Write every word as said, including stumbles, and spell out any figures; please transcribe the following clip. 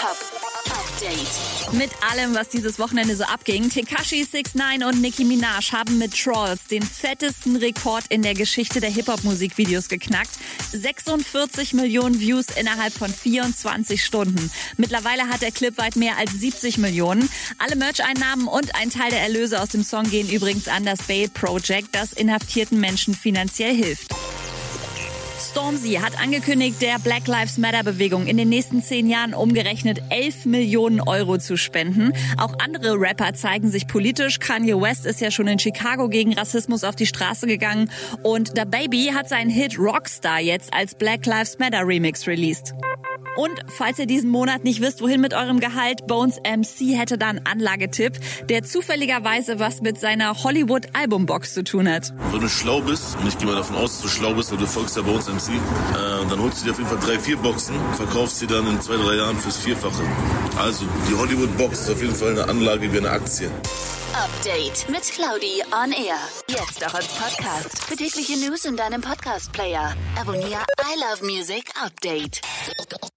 Hip-Hop Update. Mit allem, was dieses Wochenende so abging, Tekashi six nine und Nicki Minaj haben mit Trolls den fettesten Rekord in der Geschichte der Hip-Hop-Musikvideos geknackt. sechsundvierzig Millionen Views innerhalb von vierundzwanzig Stunden. Mittlerweile hat der Clip weit mehr als siebzig Millionen. Alle Merch-Einnahmen und ein Teil der Erlöse aus dem Song gehen übrigens an das Bail Project, das inhaftierten Menschen finanziell hilft. Stormzy hat angekündigt, der Black Lives Matter-Bewegung in den nächsten zehn Jahren umgerechnet elf Millionen Euro zu spenden. Auch andere Rapper zeigen sich politisch. Kanye West ist ja schon in Chicago gegen Rassismus auf die Straße gegangen. Und DaBaby hat seinen Hit Rockstar jetzt als Black Lives Matter Remix released. Und falls ihr diesen Monat nicht wisst, wohin mit eurem Gehalt, Bones M C hätte da einen Anlagetipp, der zufälligerweise was mit seiner Hollywood-Albumbox zu tun hat. Wenn du schlau bist, und ich gehe mal davon aus, dass du schlau bist, weil du folgst ja Bones M C, äh, dann holst du dir auf jeden Fall drei, vier Boxen, verkaufst sie dann in zwei, drei Jahren fürs Vierfache. Also, die Hollywood-Box ist auf jeden Fall eine Anlage wie eine Aktie. Update mit Claudi on Air. Jetzt auch als Podcast. Für tägliche News in deinem Podcast-Player. Abonniere I Love Music Update.